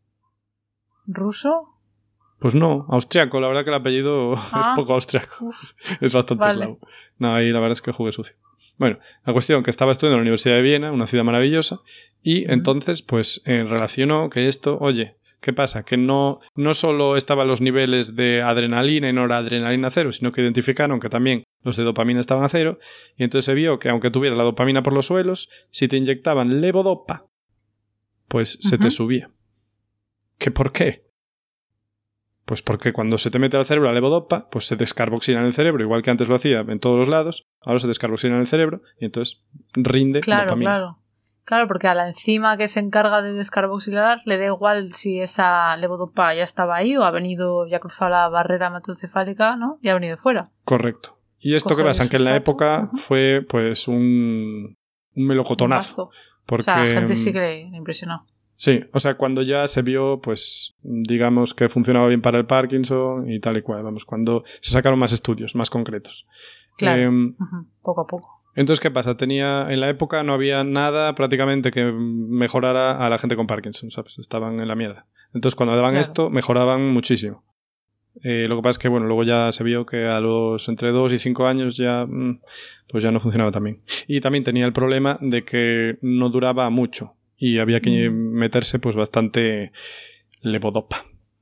¿Ruso? Pues no, austriaco, la verdad que el apellido Ah. es poco austriaco, Uf. es bastante Vale. eslavo. No, ahí la verdad es que jugué sucio. Bueno, la cuestión que estaba estudiando en la Universidad de Viena, una ciudad maravillosa, y Ujú. entonces pues eh, relacionó que esto, oye, ¿qué pasa? Que no, no solo estaban los niveles de adrenalina y noradrenalina a cero, sino que identificaron que también los de dopamina estaban a cero, y entonces se vio que aunque tuviera la dopamina por los suelos, si te inyectaban levodopa, pues se te Ujú. subía. ¿Qué por qué? Pues porque cuando se te mete al cerebro la levodopa, pues se descarboxila en el cerebro, igual que antes lo hacía en todos los lados, ahora se descarboxila en el cerebro y entonces rinde Claro, dopamina. claro. Claro, porque a la enzima que se encarga de descarboxilar le da igual si esa levodopa ya estaba ahí o ha venido, ya ha cruzado la barrera hematoencefálica, ¿no? Y ha venido fuera. Correcto. ¿Y esto Coge qué pasa? el Que en la sustrato. época Ujú. fue pues un, un melocotonazo. Un mazo. Porque, O sea, la gente sí que le le impresionó. Sí, o sea, cuando ya se vio, pues, digamos que funcionaba bien para el Parkinson y tal y cual, vamos, cuando se sacaron más estudios, más concretos. Claro. Eh, Ujú. Poco a poco. Entonces, ¿qué pasa? Tenía, en la época no había nada prácticamente que mejorara a la gente con Parkinson, ¿sabes? Estaban en la mierda. Entonces, cuando daban Claro. esto, mejoraban muchísimo. Eh, lo que pasa es que, bueno, luego ya se vio que a los entre dos y cinco años ya, pues ya no funcionaba tan bien. Y también tenía el problema de que no duraba mucho y había que Mm. meterse pues bastante levodopa.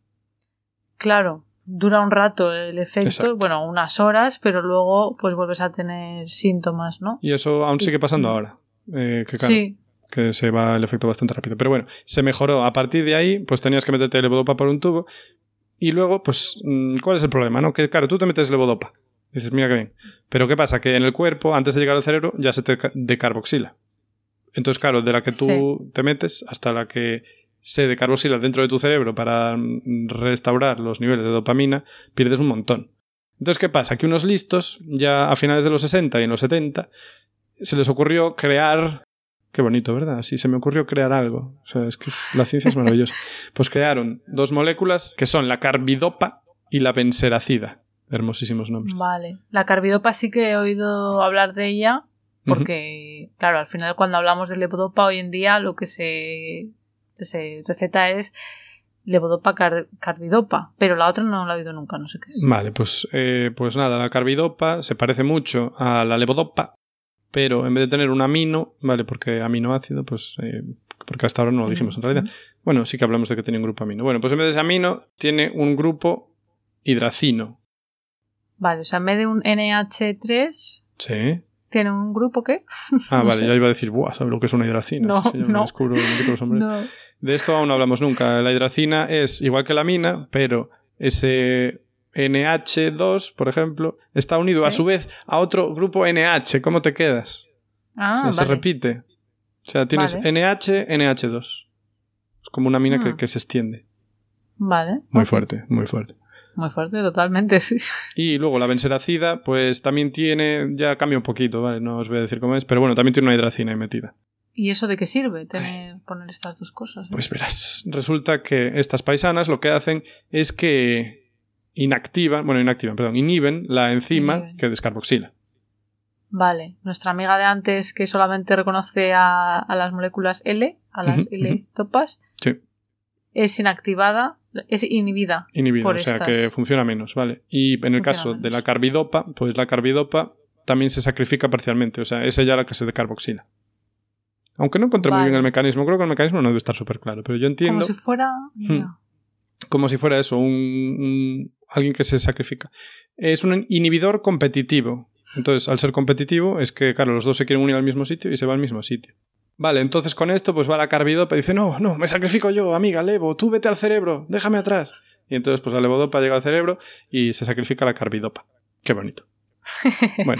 Claro, dura un rato el efecto, Exacto. bueno, unas horas, pero luego pues vuelves a tener síntomas, ¿no? Y eso aún sigue pasando Mm. ahora. Eh, que claro, Sí, que se va el efecto bastante rápido. Pero bueno, se mejoró. A partir de ahí, pues tenías que meterte levodopa por un tubo. Y luego, pues, ¿cuál es el problema? ¿No? Que claro, tú te metes levodopa. Y dices, mira qué bien. Pero ¿qué pasa? Que en el cuerpo, antes de llegar al cerebro, ya se te decarboxila. Entonces, claro, de la que tú Sí. te metes hasta la que se decarboxila dentro de tu cerebro para restaurar los niveles de dopamina, pierdes un montón. Entonces, ¿qué pasa? Que unos listos, ya a finales de los sesenta y en los setenta, se les ocurrió crear... Qué bonito, ¿verdad? Sí, se me ocurrió crear algo. O sea, es que la ciencia es maravillosa. Pues crearon dos moléculas que son la carbidopa y la benseracida. Hermosísimos nombres. Vale. La carbidopa sí que he oído hablar de ella porque, uh-huh. claro, al final cuando hablamos de levodopa hoy en día lo que se, se receta es levodopa car- carbidopa, pero la otra no la he oído nunca, no sé qué es. Vale, pues, eh, pues nada, la carbidopa se parece mucho a la levodopa, pero en vez de tener un amino, ¿vale? Porque aminoácido, pues... Eh, porque hasta ahora no lo dijimos en realidad. Bueno, sí que hablamos de que tiene un grupo amino. Bueno, pues en vez de ese amino, tiene un grupo hidracino. Vale, o sea, en vez de un N H tres... Sí. ¿Tiene un grupo qué? Ah, no vale, sé. ya iba a decir, buah, ¿sabes lo que es una hidracina? No, sí, sí, yo no. me descubro, me quito los sombreros. No. De esto aún no hablamos nunca. La hidracina es igual que la amina, pero ese... N H dos, por ejemplo, está unido ¿sí? a su vez a otro grupo N H. ¿Cómo te quedas? Ah, o sea, vale. se repite. O sea, tienes vale. N H, N H dos. Es como una mina ah. que, que se extiende. Vale. Muy okay. fuerte, muy fuerte. Muy fuerte, totalmente, sí. Y luego la benseracida, pues también tiene... Ya cambia un poquito, ¿vale? No os voy a decir cómo es, pero bueno, también tiene una hidracina ahí metida. ¿Y eso de qué sirve, tener, poner estas dos cosas? ¿eh? Pues verás, resulta que estas paisanas lo que hacen es que inactivan, bueno, inactivan, perdón, inhiben la enzima inhiben. que descarboxila. Vale, nuestra amiga de antes que solamente reconoce a, a las moléculas L, a las uh-huh, L-topas, uh-huh. sí. es inactivada, es inhibida. Inhibida, por o sea estas. que funciona menos, ¿vale? Y en el funciona caso menos. de la carbidopa, pues la carbidopa también se sacrifica parcialmente, o sea, es ella la que se decarboxila. Aunque no encontré vale. muy bien el mecanismo, creo que el mecanismo no debe estar súper claro, pero yo entiendo... Como si fuera... Hmm, como si fuera eso, un, un alguien que se sacrifica. Es un inhibidor competitivo. Entonces, al ser competitivo, es que, claro, los dos se quieren unir al mismo sitio y se va al mismo sitio. Vale, entonces con esto, pues va la carbidopa y dice, no, no, me sacrifico yo, amiga, levo, tú vete al cerebro, déjame atrás. Y entonces, pues la levodopa llega al cerebro y se sacrifica la carbidopa. Qué bonito. Bueno.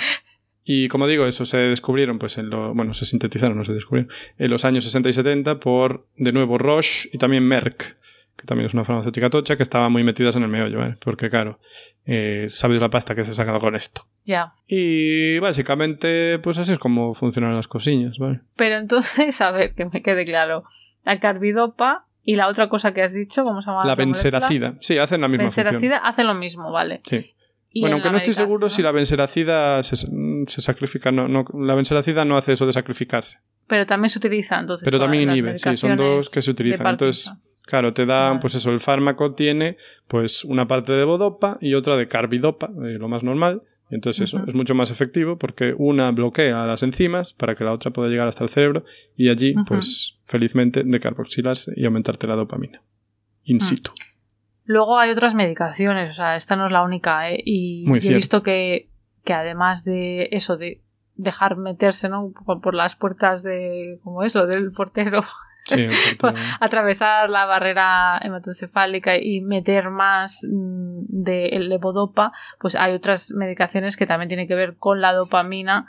Y como digo, eso se descubrieron, pues en lo, bueno, se sintetizaron, no se descubrieron, en los años sesenta y setenta por, de nuevo, Roche y también Merck, que también es una farmacéutica tocha, que estaban muy metidas en el meollo, ¿vale? Porque, claro, eh, sabéis la pasta que se ha sacado con esto. Ya. Y básicamente, pues así es como funcionan las cosillas, ¿vale? Pero entonces, a ver, que me quede claro, la carbidopa y la otra cosa que has dicho, ¿cómo se llama? La benseracida. Sí, hacen la misma función. Benseracida hace lo mismo, ¿vale? Sí. Bueno, aunque no estoy seguro si la benseracida se, se sacrifica. No, no, la benseracida no hace eso de sacrificarse. Pero también se utiliza, entonces. Pero también inhibe, sí, son dos que se utilizan. Entonces, claro, te dan, vale. pues eso, el fármaco tiene pues una parte de levodopa y otra de carbidopa, eh, lo más normal. Y entonces uh-huh. eso es mucho más efectivo porque una bloquea las enzimas para que la otra pueda llegar hasta el cerebro y allí, uh-huh. pues, felizmente decarboxilarse y aumentarte la dopamina. In uh-huh. situ. Luego hay otras medicaciones, o sea, esta no es la única, ¿eh? Y Muy yo he visto que, que además de eso, de dejar meterse, ¿no? Por, por las puertas de, ¿cómo es? Lo del portero. Sí, portero. Atravesar la barrera hematoencefálica y meter más de levodopa, pues hay otras medicaciones que también tienen que ver con la dopamina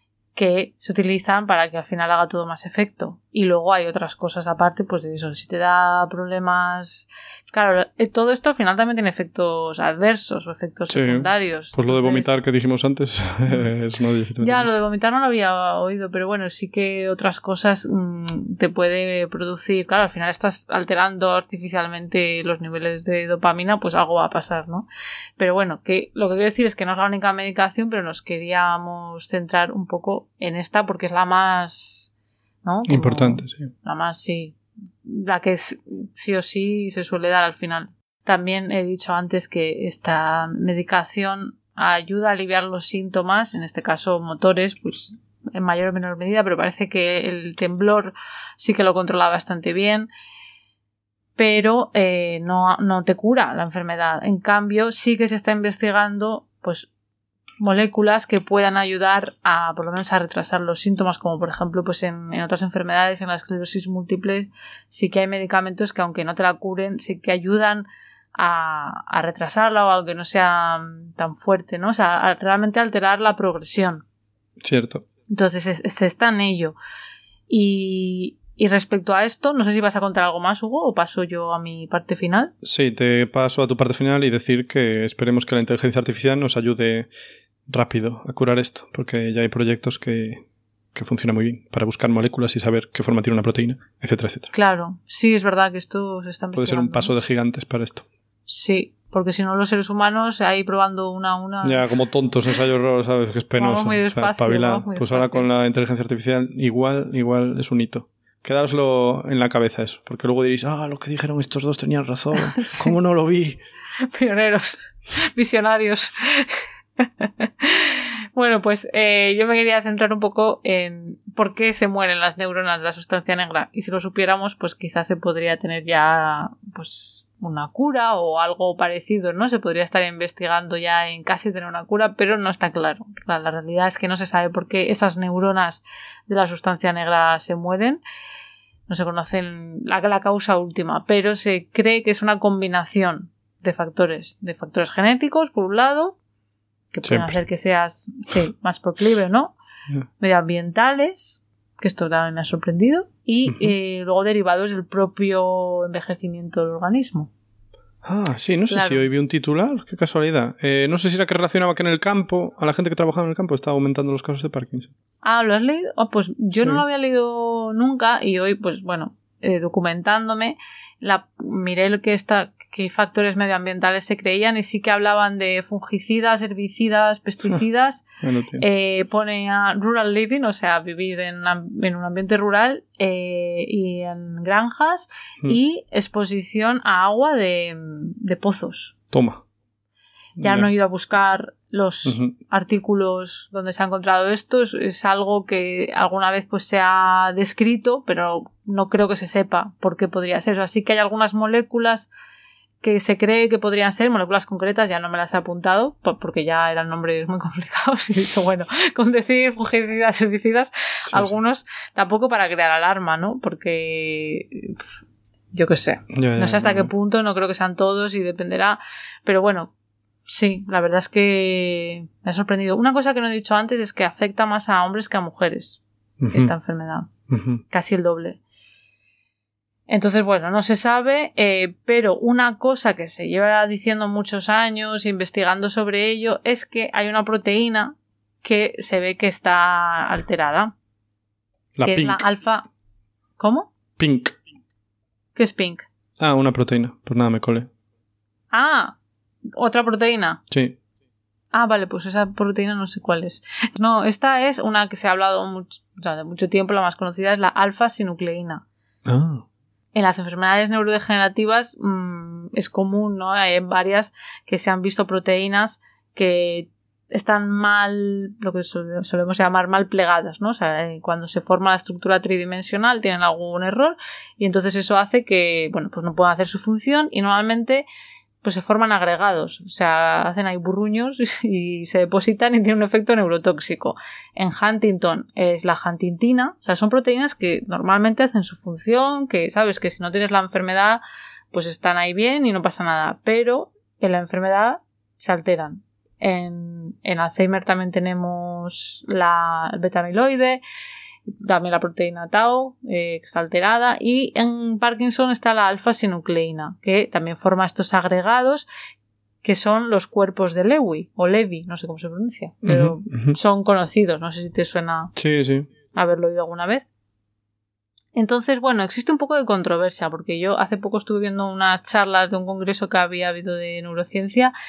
que se utilizan para que al final haga todo más efecto. Y luego hay otras cosas aparte, pues de eso, si te da problemas... Claro, todo esto al final también tiene efectos adversos o efectos sí, secundarios. Pues lo de vomitar que dijimos antes es no Ya, lo de vomitar no lo había oído, pero bueno, sí que otras cosas mmm, te puede producir... Claro, al final estás alterando artificialmente los niveles de dopamina, pues algo va a pasar, ¿no? Pero bueno, que lo que quiero decir es que no es la única medicación, pero nos queríamos centrar un poco centrado en esta porque es la más, ¿no? Como importante, sí. La más, sí. La que es, sí o sí se suele dar al final. También he dicho antes que esta medicación ayuda a aliviar los síntomas, en este caso motores, pues en mayor o menor medida, pero parece que el temblor sí que lo controla bastante bien, pero eh, no, no te cura la enfermedad. En cambio, sí que se está investigando pues moléculas que puedan ayudar a, por lo menos, a retrasar los síntomas, como por ejemplo pues en, en otras enfermedades, en la esclerosis múltiple, sí que hay medicamentos que aunque no te la curen, sí que ayudan a, a retrasarla o a que no sea tan fuerte, ¿no? O sea, a realmente alterar la progresión. Cierto. Entonces se está en ello. Y, y respecto a esto, no sé si vas a contar algo más, Hugo, o paso yo a mi parte final. Sí, te paso a tu parte final y decir que esperemos que la inteligencia artificial nos ayude rápido a curar esto, porque ya hay proyectos que, que funcionan muy bien para buscar moléculas y saber qué forma tiene una proteína, etcétera, etcétera. Claro, sí, es verdad que esto se está investigando. Puede ser un paso, ¿no?, de gigantes para esto. Sí, porque si no los seres humanos ahí probando una a una... Ya, como tontos, ensayo error, ¿sabes? Que es penoso. Vamos muy despacio, o sea, espabilar. vamos muy Pues despacio. ahora con la inteligencia artificial igual, igual es un hito. Quedaoslo en la cabeza eso, porque luego diréis, ah, lo que dijeron estos dos tenían razón, sí. ¿Cómo no lo vi? Pioneros, visionarios. Bueno, pues eh, yo me quería centrar un poco en por qué se mueren las neuronas de la sustancia negra, y si lo supiéramos, pues quizás se podría tener ya pues una cura o algo parecido, ¿no? Se podría estar investigando ya en casi tener una cura, pero no está claro. La, la realidad es que no se sabe por qué esas neuronas de la sustancia negra se mueren. No se conocen la, la causa última, pero se cree que es una combinación de factores, de factores genéticos, por un lado, que pueden Siempre. hacer que seas sí, más proclive, ¿no? Yeah. Medioambientales, que esto también me ha sorprendido, y Uh-huh. eh, luego derivados del propio envejecimiento del organismo. Ah, sí, no sé Claro. si hoy vi un titular, qué casualidad. Eh, no sé si era que relacionaba que en el campo, a la gente que trabajaba en el campo, estaba aumentando los casos de Parkinson. Ah, ¿lo has leído? Oh, pues yo Sí. no lo había leído nunca y hoy, pues bueno, eh, documentándome, la, miré lo que está, qué factores medioambientales se creían y sí que hablaban de fungicidas, herbicidas, pesticidas. Bueno, tío. Eh, pone a rural living, o sea, vivir en, en un ambiente rural eh, y en granjas Mm. y exposición a agua de, de pozos. Toma. Ya Ya. no he ido a buscar los Ujú. artículos donde se ha encontrado esto. Es, es algo que alguna vez pues se ha descrito, pero no creo que se sepa por qué podría ser. Así que hay algunas moléculas que se cree que podrían ser, moléculas concretas, ya no me las he apuntado, po- porque ya eran nombres muy complicados y he dicho, bueno, con decir fungicidas, herbicidas, Sí, algunos, tampoco para crear alarma, ¿no? Porque, pf, yo qué sé, sí. Ya, ya, no sé hasta no, qué no. punto, no creo que sean todos y dependerá, pero bueno, sí, la verdad es que me ha sorprendido. Una cosa que no he dicho antes es que afecta más a hombres que a mujeres, Ujú. esta enfermedad, Ujú. casi el doble. Entonces, bueno, no se sabe, eh, pero una cosa que se lleva diciendo muchos años, investigando sobre ello, es que hay una proteína que se ve que está alterada, La que pink. es la alfa... ¿Cómo? Pink. ¿Qué es pink? Ah, una proteína. Pues nada, me colé. Ah, otra proteína. Sí. Ah, vale, pues esa proteína no sé cuál es. No, esta es una que se ha hablado mucho, o sea, de mucho tiempo, la más conocida es la alfa-sinucleína. Ah. En las enfermedades neurodegenerativas mmm, es común, ¿no? Hay varias que se han visto proteínas que están mal, lo que sol- solemos llamar mal plegadas, ¿no? O sea, eh, cuando se forma la estructura tridimensional tienen algún error y entonces eso hace que, bueno, pues no puedan hacer su función y normalmente pues se forman agregados, o sea, hacen ahí burruños y se depositan y tienen un efecto neurotóxico. En Huntington es la huntingtina, o sea, son proteínas que normalmente hacen su función, que sabes que si no tienes la enfermedad, pues están ahí bien y no pasa nada, pero en la enfermedad se alteran. En, en Alzheimer también tenemos la el beta-amiloide, también la proteína tau, eh, que está alterada, y en Parkinson está la alfa-sinucleína, que también forma estos agregados que son los cuerpos de Lewy, o Levy, no sé cómo se pronuncia, pero Ujú, ujú. son conocidos, no sé si te suena Sí, sí. haberlo oído alguna vez. Entonces, bueno, existe un poco de controversia, porque yo hace poco estuve viendo unas charlas de un congreso que había habido de neurociencia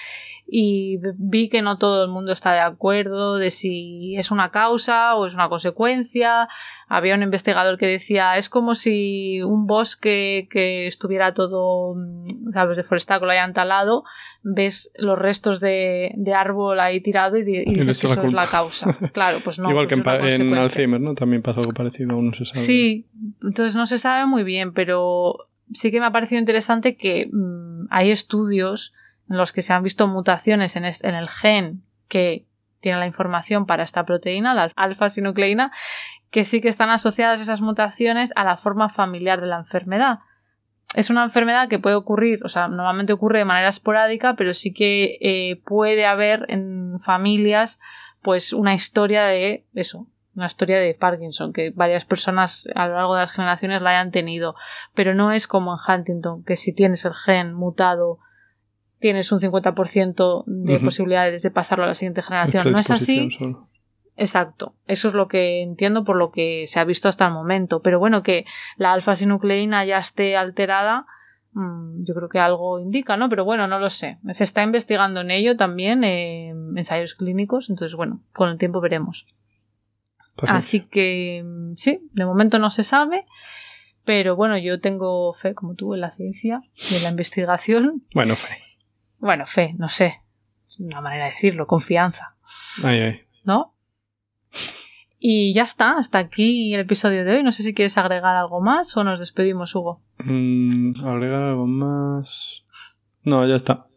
y vi que no todo el mundo está de acuerdo de si es una causa o es una consecuencia. Había un investigador que decía, es como si un bosque que estuviera todo, sabes, deforestado, que lo hayan talado, ves los restos de, de árbol ahí tirado y, y dices que eso es la causa. Claro, pues no. Igual pues que en, en Alzheimer, ¿no? También pasa algo parecido, aún no se sabe. Sí, entonces no se sabe muy bien, pero sí que me ha parecido interesante que mmm, hay estudios en los que se han visto mutaciones en, este, en el gen que tiene la información para esta proteína, la alfa-sinucleína, que sí que están asociadas esas mutaciones a la forma familiar de la enfermedad. Es una enfermedad que puede ocurrir, o sea, normalmente ocurre de manera esporádica, pero sí que eh, puede haber en familias pues una historia de eso, una historia de Parkinson, que varias personas a lo largo de las generaciones la hayan tenido, pero no es como en Huntington, que si tienes el gen mutado tienes un cincuenta por ciento de uh-huh. posibilidades de pasarlo a la siguiente generación. No es así. Solo. Exacto. Eso es lo que entiendo por lo que se ha visto hasta el momento. Pero bueno, que la alfa-sinucleína ya esté alterada, mmm, yo creo que algo indica, ¿no? Pero bueno, no lo sé. Se está investigando en ello también, eh, ensayos clínicos. Entonces, bueno, con el tiempo veremos. Perfecto. Así que, sí, de momento no se sabe. Pero bueno, yo tengo fe, como tú, en la ciencia y en la investigación. Bueno, fe. Bueno, fe, no sé. Es una manera de decirlo, confianza. Ay, ay. ¿No? Y ya está, hasta aquí el episodio de hoy. No sé si quieres agregar algo más o nos despedimos, Hugo. Mm, agregar algo más. No, ya está.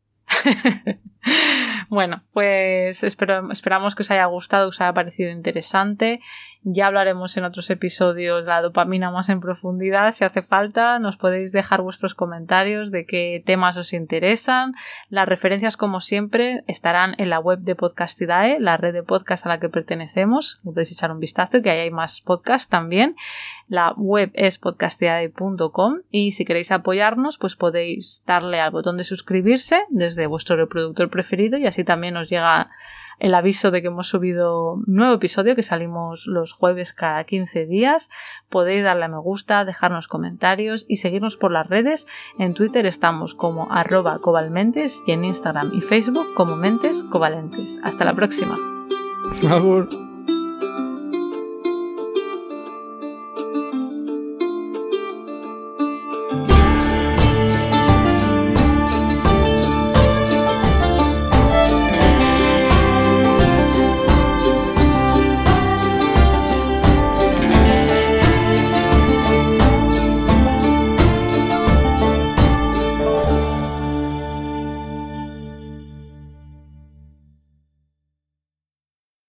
Bueno, pues espero, esperamos que os haya gustado, que os haya parecido interesante. Ya hablaremos en otros episodios de la dopamina más en profundidad. Si hace falta, nos podéis dejar vuestros comentarios de qué temas os interesan. Las referencias, como siempre, estarán en la web de Podcastidae, la red de podcast a la que pertenecemos. Podéis echar un vistazo, que ahí hay más podcasts también. La web es podcastidae punto com y si queréis apoyarnos, pues podéis darle al botón de suscribirse desde vuestro reproductor preferido y así también os llega el aviso de que hemos subido un nuevo episodio, que salimos los jueves cada quince días. Podéis darle a me gusta, dejarnos comentarios y seguirnos por las redes. En Twitter estamos como arroba cobalmentes y en Instagram y Facebook como Mentes Covalentes. Hasta la próxima. Agur.